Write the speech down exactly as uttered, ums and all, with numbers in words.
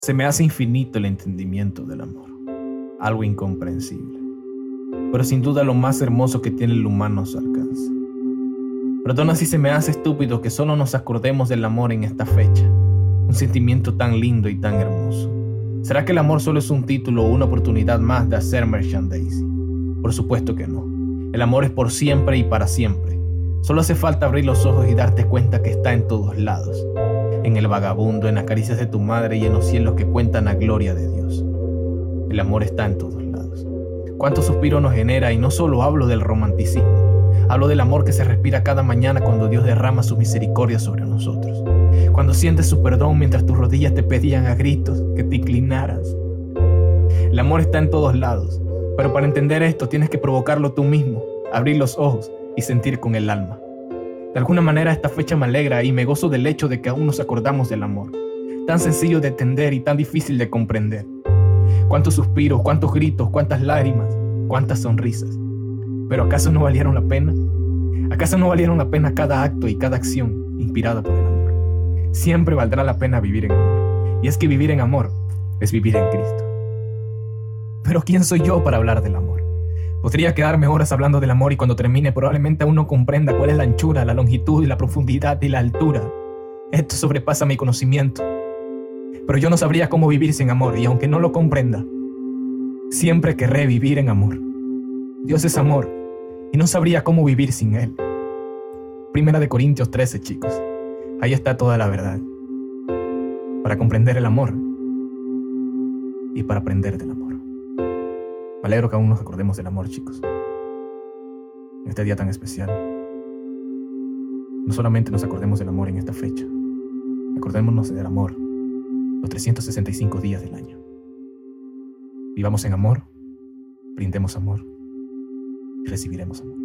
Se me hace infinito el entendimiento del amor, algo incomprensible, pero sin duda lo más hermoso que tiene el humano a su alcance. Pero aún así se me hace estúpido que solo nos acordemos del amor en esta fecha, un sentimiento tan lindo y tan hermoso. ¿Será que el amor solo es un título o una oportunidad más de hacer merchandising? Por supuesto que no. El amor es por siempre y para siempre. Solo hace falta abrir los ojos y darte cuenta que está en todos lados. En el vagabundo, en las caricias de tu madre y en los cielos que cuentan la gloria de Dios. El amor está en todos lados. ¿Cuánto suspiro nos genera? Y no solo hablo del romanticismo. Hablo del amor que se respira cada mañana cuando Dios derrama su misericordia sobre nosotros. Cuando sientes su perdón mientras tus rodillas te pedían a gritos que te inclinaras. El amor está en todos lados. Pero para entender esto tienes que provocarlo tú mismo, abrir los ojos y sentir con el alma. De alguna manera esta fecha me alegra y me gozo del hecho de que aún nos acordamos del amor. Tan sencillo de entender y tan difícil de comprender. Cuántos suspiros, cuántos gritos, cuántas lágrimas, cuántas sonrisas. ¿Pero acaso no valieron la pena? ¿Acaso no valieron la pena cada acto y cada acción inspirada por el amor? Siempre valdrá la pena vivir en amor. Y es que vivir en amor es vivir en Cristo. Pero ¿quién soy yo para hablar del amor? Podría quedarme horas hablando del amor y cuando termine probablemente aún no comprenda cuál es la anchura, la longitud y la profundidad y la altura. Esto sobrepasa mi conocimiento. Pero yo no sabría cómo vivir sin amor y aunque no lo comprenda, siempre querré vivir en amor. Dios es amor y no sabría cómo vivir sin Él. Primera de Corintios trece, chicos. Ahí está toda la verdad. Para comprender el amor y para aprender del amor. Me alegro que aún nos acordemos del amor, chicos. En este día tan especial. No solamente nos acordemos del amor en esta fecha. Acordémonos del amor los trescientos sesenta y cinco días del año. Vivamos en amor, brindemos amor y recibiremos amor.